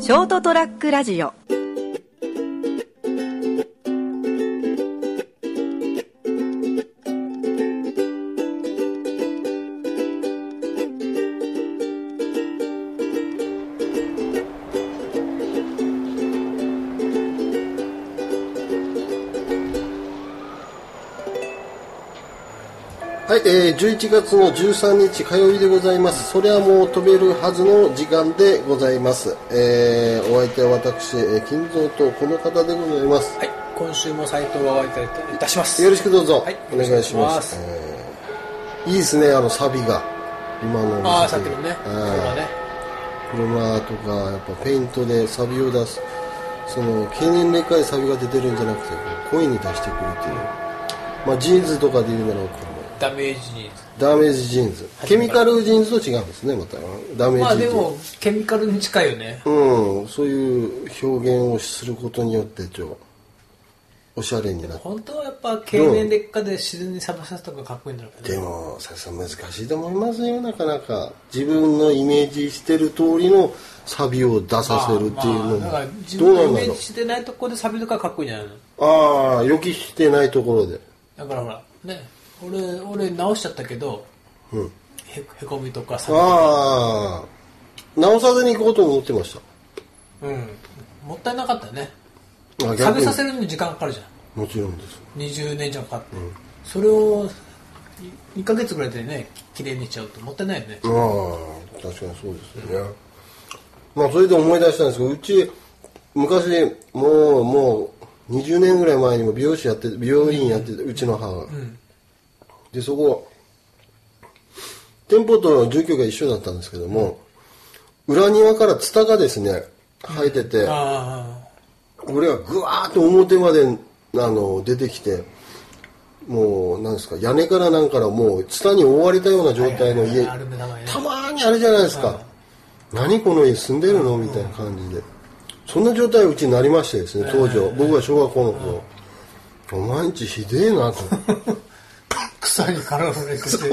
ショートトラックラジオ。 はい、11月の13日火曜日でございます。それはもう飛べるはずの時間でございます。お相手は私、金蔵とこの方でございます。 はい、今週も斉藤がお相手いたします。 よろしくどうぞ、 はい、 お願いします。いいですね、サビが今のさっきのね、 車とかやっぱペイントでサビを出す、その経年劣化でサビが出てるんじゃなくて声に出してくるっていう、まあジーンズとかで言うならダメージジーンズ。 ダメージジーンズ。ケミカルジーンズと違うんですね、また。ダメージジーンズ。まあでも、ケミカルに近いよね。 うん、そういう表現をすることによっておしゃれになって。 本当はやっぱ経年劣化で自然にサバさせた方がかっこいいんだろうね。 でも、さすが難しいと思いますよ、なかなか。自分のイメージしてる通りのサビを出させるっていうのも。 だから自分のイメージしてないところでサビとかかっこいいんじゃないの？ ああ、予期してないところで。 だからほら、ね。俺直しちゃったけど、 うん、 へこみとかサビとか。 ああ、直さずに行こうと思ってました。 うん、もったいなかったね。サビさせるのに時間かかるじゃん。 もちろんです。 20年以上かかって、それを2ヶ月ぐらいでね、綺麗にしちゃうともったいないよね。 ああ、確かにそうですよね。まあそれで思い出したんですけど、うち昔もう20年ぐらい前にも美容院やってて、うちの母が。でそこ店舗との住居が一緒だったんですけども、裏庭からツタがですね生えてて、俺がぐわーっと表まで出てきて、もうなんですか、屋根からなんからもうツタに覆われたような状態の家、たまーにあるじゃないですか。何この家住んでるのみたいな感じで、そんな状態うちになりましてですね、当時僕が小学校の頃、お前んちひでえなと。 草に絡まれてて、 そう、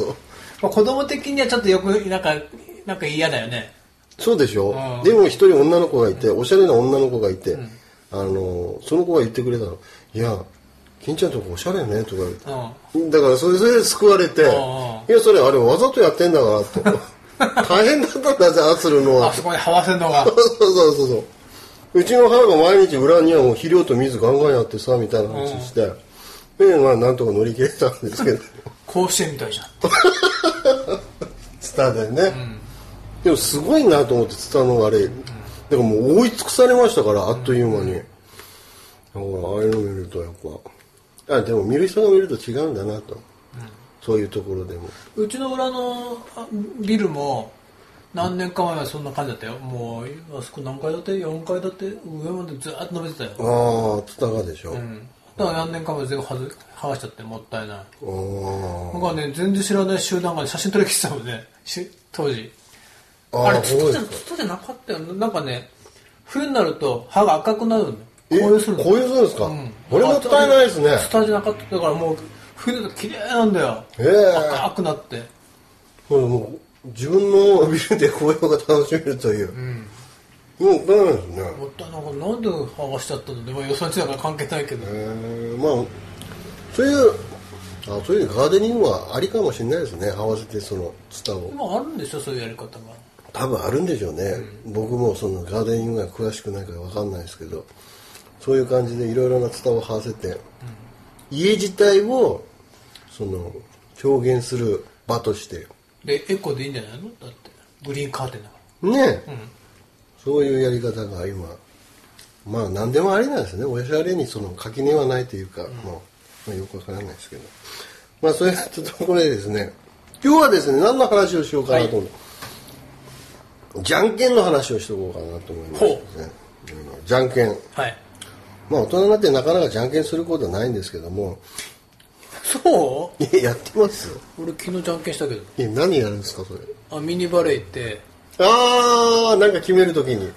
まあ、子供的にはちょっとよくなんか嫌だよね。 そうでしょ、でも一人女の子がいて、おしゃれな女の子がいて、その子が言ってくれたの、いや金ちゃんとこおしゃれねとか言って、だからそれで救われて、いやそれあれわざとやってんだからと大変だったんだぜ、あつるのは。 あそこに這わせるのが。 そううちの母が毎日裏にはもう肥料と水ガンガンやってさみたいな話して、まあなんとか乗り切れたんですけど。 甲子園みたいじゃん。 ツタでね、でもすごいなと思って、ツタのあれ、だからもう覆い尽くされましたから、あっという間に。ああいうの見るとやっぱ、でも見る人が見ると違うんだなと、そういうところでも。 うちの裏のビルも何年か前はそんな感じだったよ。もうあそこ何階建て4階建て上までずっと伸びてたよ。 ああ、ツタがでしょ。 だから何年か前全部剥がしちゃってもったいない。僕はね、全然知らない集団が写真撮りきってたもんね、当時。あれツタじゃなかったよ。なんかね、冬になると葉が赤くなるんだよ。紅葉するんですか。これもったいないですね。ツタじゃなかった。だからもう冬だと綺麗なんだよ。赤くなって。 もう自分のビルで紅葉が楽しめるという。もったいないですね。 もったいない。なんで剥がしちゃったの？でも予算値だから関係ないけど。 まあそういうガーデニングはありかもしれないですね。合わせてそのツタを。 今あるんでしょ、そういうやり方が。 多分あるんでしょうね。僕もそのガーデニングが詳しくないから分かんないですけど、そういう感じでいろいろなツタを合わせて、家自体をその表現する場として。 でエコでいいんじゃないの？だってグリーンカーテンだからね、そういうやり方が今まあ何でもありなんですね。おしゃれにその垣根はないというか、まあよくわからないですけど、まあそういったところでですね、今日はですね何の話をしようかなと思う、じゃんけんの話をしておこうかなと思いますね。じゃんけん、まあ大人になってなかなかじゃんけんすることはないんですけども。 そう？ やってます？ 俺昨日じゃんけんしたけど。 何やるんですかそれ？ ミニバレー行って。 なんか決めるときに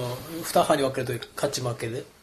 2派に分けると勝ち負けで。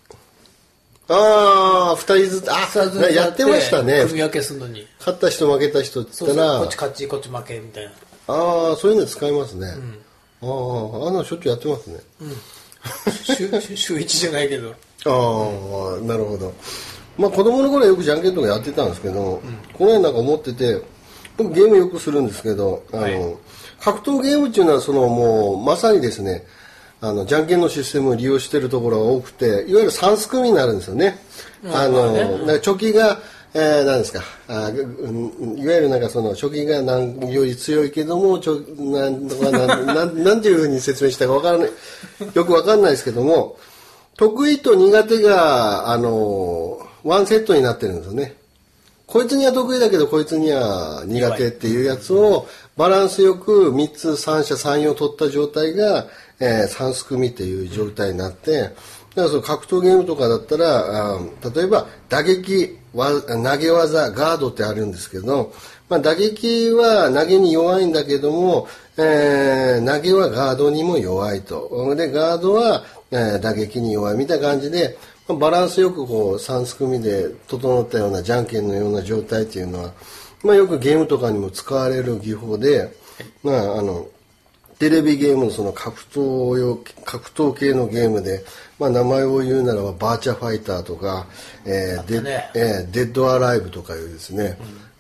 2人ずつやってましたね。 組み分けするのに勝った人負けた人って言ったら、 こっち勝ちこっち負けみたいな。 そういうの使いますね。 しょっちゅうやってますね。 週1じゃないけど。 なるほど。子供の頃はよくじゃんけんとかやってたんですけど、この辺なんか思ってて、僕ゲームよくするんですけど、格闘ゲームっていうのはもうまさにですね、じゃんけんのシステムを利用しているところが多くて、いわゆる3ス組になるんですよね。チョキが、何ですか、いわゆるなんかチョキがより強いけども、なんていうふうに説明したかよくわかんないですけども、得意と苦手が、ワンセットになってるんですよね。こいつには得意だけどこいつには苦手っていうやつをバランスよく3つ3者3様取った状態が、3ス組っていう状態になって、だから格闘ゲームとかだったら例えば打撃投げ技ガードってあるんですけど、打撃は投げに弱いんだけども、投げはガードにも弱いと。でガードは、打撃に弱いみたいな感じでバランスよく3ス組で整ったようなじゃんけんのような状態っていうのは、よくゲームとかにも使われる技法で、テレビゲームの格闘系のゲームで、名前を言うならばバーチャファイターとか、デッドアライブとかいうですね、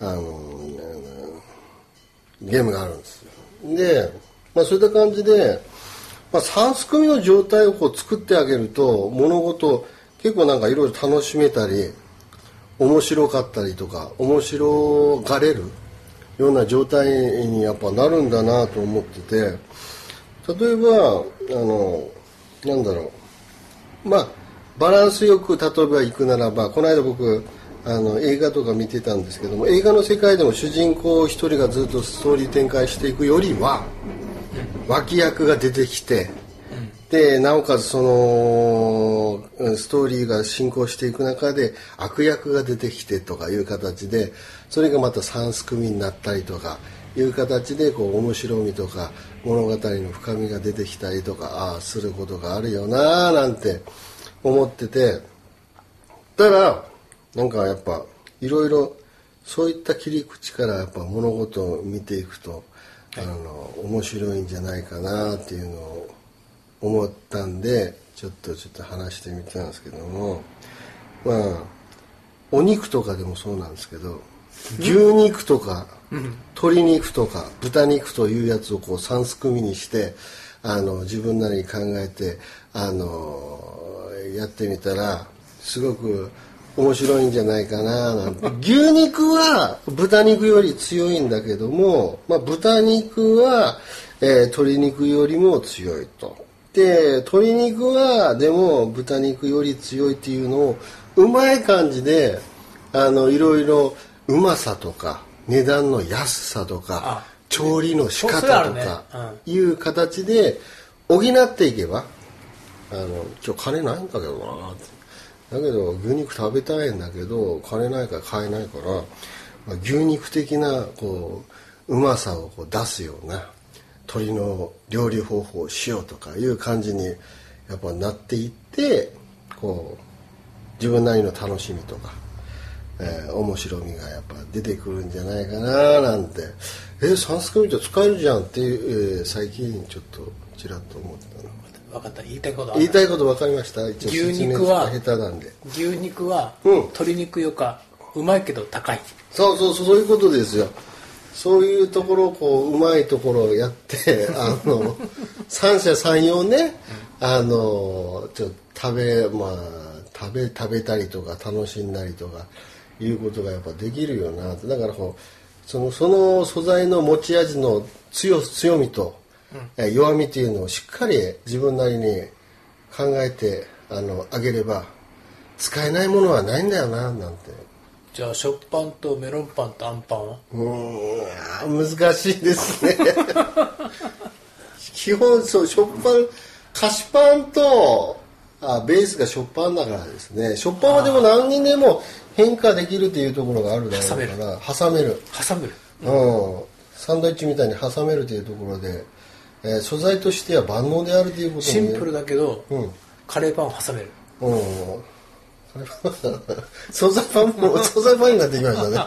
ゲームがあるんですよ。で、そういった感じで、3ス組の状態を作ってあげると物事結構なんかいろいろ楽しめたり面白かったりとか面白がれるような状態にやっぱなるんだなと思ってて、例えばなんだろう、バランスよく例えば行くならば、この間僕映画とか見てたんですけども、映画の世界でも主人公一人がずっとストーリー展開していくよりは脇役が出てきて、でなおかつストーリーが進行していく中で悪役が出てきてとかいう形で、それがまた3ス組になったりとかいう形で面白みとか物語の深みが出てきたりとかすることがあるよななんて思ってて、ただなんかやっぱいろいろそういった切り口からやっぱ物事を見ていくと面白いんじゃないかなっていうのを思ったんでちょっと話してみたんですけども、お肉とかでもそうなんですけど、牛肉とか鶏肉とか豚肉というやつを3すくみにして自分なりに考えてやってみたらすごく面白いんじゃないかななんて。牛肉は豚肉より強いんだけども、豚肉は、鶏肉よりも強いと。で鶏肉はでも豚肉より強いっていうのをうまい感じでいろいろうまさとか値段の安さとか調理の仕方とかいう形で補っていけば、金ないんだけどなだけど牛肉食べたいんだけど金ないから買えないから、牛肉的なうまさを出すような鶏の料理方法をしようとかいう感じにやっぱなっていって自分なりの楽しみとか、面白みがやっぱ出てくるんじゃないかななんてサンスクリット使えるじゃんっていう、最近ちょっとちらっと思ってたの。 分かった、言いたいこと分かりました。一応牛肉は下手なんで、 牛肉は鶏肉よかうまいけど高い。 そういうことですよ。そういうところをうまいところをやって三者三様ね、ちょっと食べたりとか楽しんだりとかいうことがやっぱできるよなって。だからその素材の持ち味の強みと、弱みっていうのをしっかり自分なりに考えてあげれば使えないものはないんだよななんて。 じゃあ食パンとメロンパンとアンパンは難しいですね基本食パン菓子パンとベースが食パンだからですね。食パンはでも何にでも変化できるっていうところがあるだろうから挟める、サンドイッチみたいに挟めるというところで、素材としては万能であるということにシンプルだけど、カレーパンを挟める。 素材パンになってきましたね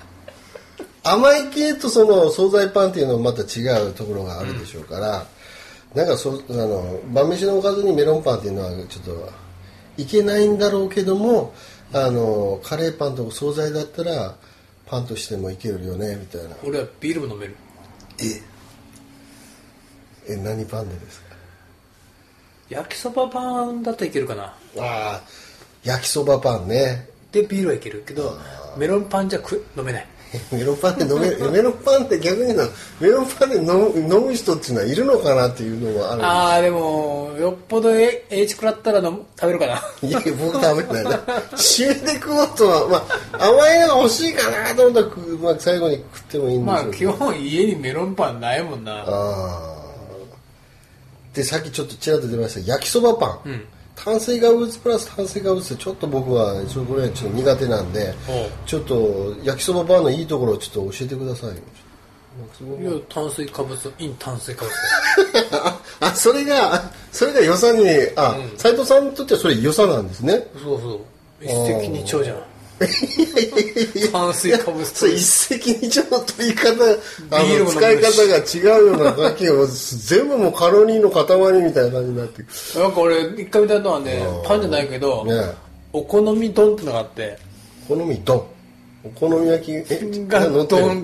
甘い系とその惣菜パンっていうのはまた違うところがあるでしょうから、 なんか晩飯のおかずにメロンパンっていうのはちょっといけないんだろうけども、カレーパンとか惣菜だったらパンとしてもいけるよねみたいな。 俺はビールも飲める。 何パンでですか？ 焼きそばパンだといけるかな。 ああ、焼きそばパンね。 でビールはいけるけど、メロンパンじゃ飲めない。 メロンパンってメロンパンって逆にメロンパンで飲む人っていうのはいるのかなっていうのもある。 ああ、でもよっぽどH食らったら食べるかな。 いや僕食べないな。締めで食おうとは、甘いのが欲しいかなと思ったら、最後に食ってもいいんですよ。 基本家にメロンパンないもんな。 でさっきちょっとちらっと出ました焼きそばパン、炭水化物プラス炭水化物ってちょっと僕はそれぐらいちょっと苦手なんで、ちょっと焼きそばパンのいいところをちょっと教えてくださいよ。 いや炭水化物炭水化物それが良さに斉藤さんにとってはそれ良さなんですね。 そう一石二鳥じゃん。炭水化物そう一石二鳥の取り方使い方が違うようなだけを全部もうカロリーの塊みたいな感じになってなんか俺一回見たのはね、パンじゃないけど、お好み丼ってのがあって、 お好み丼、お好み焼きが丼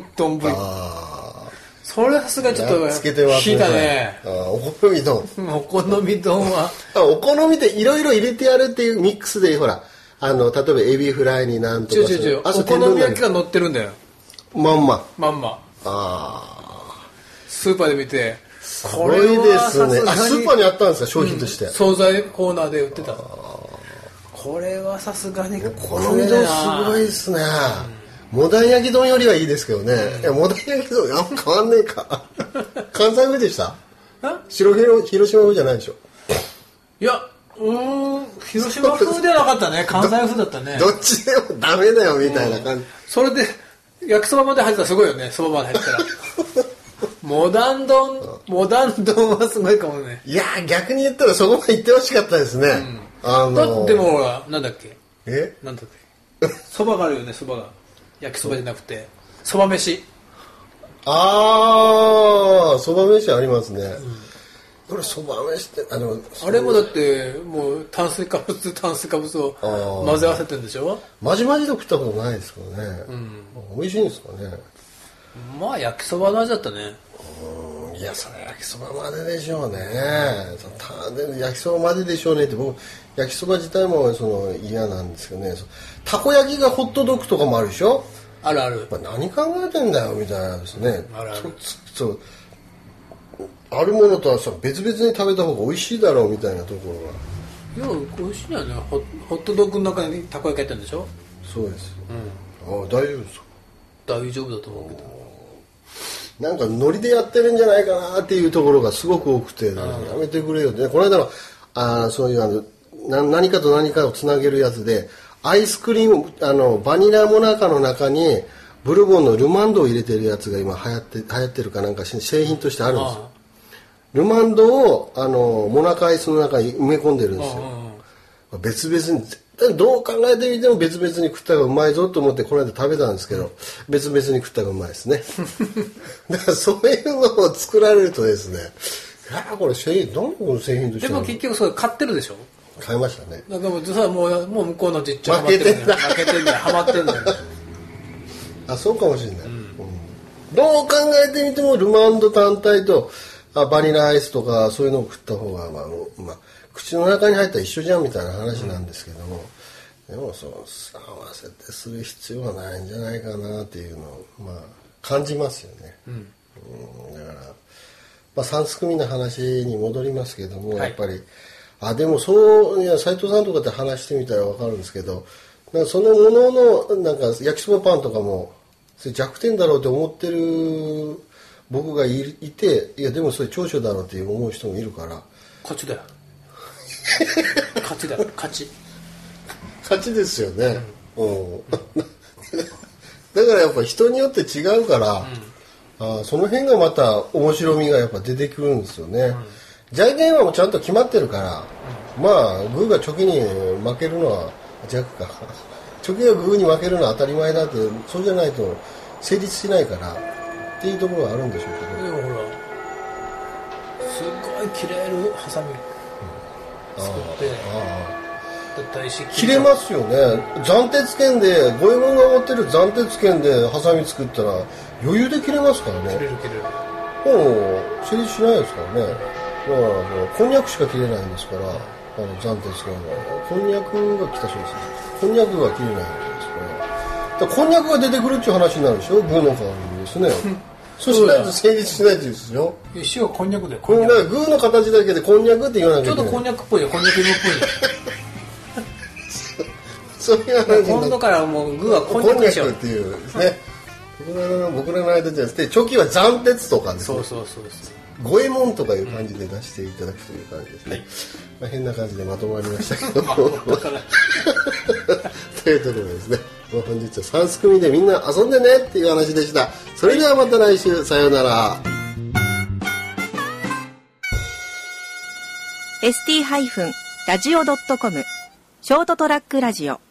それはさすがにちょっと引いたね。 お好み丼お好み丼はお好みでいろいろ入れてやるっていうミックスで、ほら例えばエビフライになんとかお好み焼きが乗ってるんだよ。 まんまスーパーで見て、 すごいですね。スーパーにあったんですか、商品として。 惣菜コーナーで売ってた。これはさすがにお好み丼すごいですね。モダン焼き丼よりはいいですけどね。いやモダン焼き丼あんま変わんねえか。関西風でした？広島風じゃないでしょ。 いや広島風ではなかったね。関西風だったね。 どっちでもダメだよみたいな感じ。 それで焼きそばまで入ったらすごいよね。そばまで入ったらモダン丼はすごいかもね。 いや逆に言ったらそこまで行ってほしかったですね。 でもほらなんだっけなんだっけ、そばがあるよね。そばが焼きそばじゃなくてそば飯。 そば飯ありますね。これそば飯ってあれもだってもう炭水化物を混ぜ合わせてるんでしょ。 まじまじと食ったことないですからね。美味しいんですかね。 焼きそばの味だったね。 いやそれ焼きそばまででしょうね。焼きそばまででしょうねって僕焼きそば自体も嫌なんですけどね。たこ焼きがホットドッグとかもあるでしょ。 あるある。 何考えてんだよみたいなですね。 あるある。 あるものとは別々に食べた方が美味しいだろうみたいなところが。 いや美味しいよね。ホットドッグの中にたこ焼き入ってるんでしょ。 そうです。大丈夫ですか。 大丈夫だと思うけど。 なんかノリでやってるんじゃないかなっていうところがすごく多くて、やめてくれよって、ね、この間のそういう何かと何かをつなげるやつでアイスクリームバニラモナカの中にブルボンのルマンドを入れてるやつが今流行ってるかなんか製品としてあるんですよ。ルマンドをモナカアイスの中に埋め込んでるんですよ。別々にどう考えてみても別々に食った方がうまいぞと思ってこの間食べたんですけど、別々に食った方がうまいですね。だからそういうのを作られるとですね、これどんなこの製品として。 でも結局それ買ってるでしょ。 買いましたね。 だからもう向こうの実況負けてんだよ。ハマってんだよ。 そうかもしれない。どう考えてみてもルマンド単体とバニラアイスとかそういうのを食った方が口の中に入ったら一緒じゃんみたいな話なんですけども、でも合わせてする必要はないんじゃないかなっていうのを感じますよね。だから三すくみの話に戻りますけども、やっぱりでも斉藤さんとかって話してみたら分かるんですけど、そのものの焼きそばパンとかもそれ弱点だろうって思ってる僕がいて、いやでもそれ長所だろうって思う人もいるから、 勝ちだよ。勝ちですよね。だからやっぱ人によって違うから、その辺がまた面白みがやっぱ出てくるんですよね。ジャイアンはもうちゃんと決まってるから、グーがチョキに負けるのはチョキがグーに負けるのは当たり前だって、そうじゃないと成立しないからっていうところはあるんでしょうけど。 でもほらすごい切れるハサミ作って切れますよね。斬鉄剣で五右衛門が持ってる斬鉄剣でハサミ作ったら余裕で切れますからね。 切れる切れる。 もう成立しないですからね。だからこんにゃくしか切れないんですから、斬鉄剣はこんにゃくが来たそうですね。こんにゃくが切れないんですから、こんにゃくが出てくるっていう話になるでしょ、具の代わりにですね。そしないと成立しないって言うんですよ。 塩こんにゃくで。 こんにゃく具の形だけでこんにゃくって言わなきゃいけない。 ちょっとこんにゃくっぽいよ、こんにゃく芋っぽいよ。 そういう話にな今度からもう具はこんにゃくでしょ。 こんにゃくっていうですね。僕らの間じゃなくて、チョキは斬鉄とかですね。 そう。 五右衛門とかいう感じで出していただくという感じですね。まあ、変な感じでまとまりましたけども。というところでですね、本日は3組でみんな遊んでねっていう話でした。それではまた来週、さようなら。 ST-radio.com ショートトラックラジオ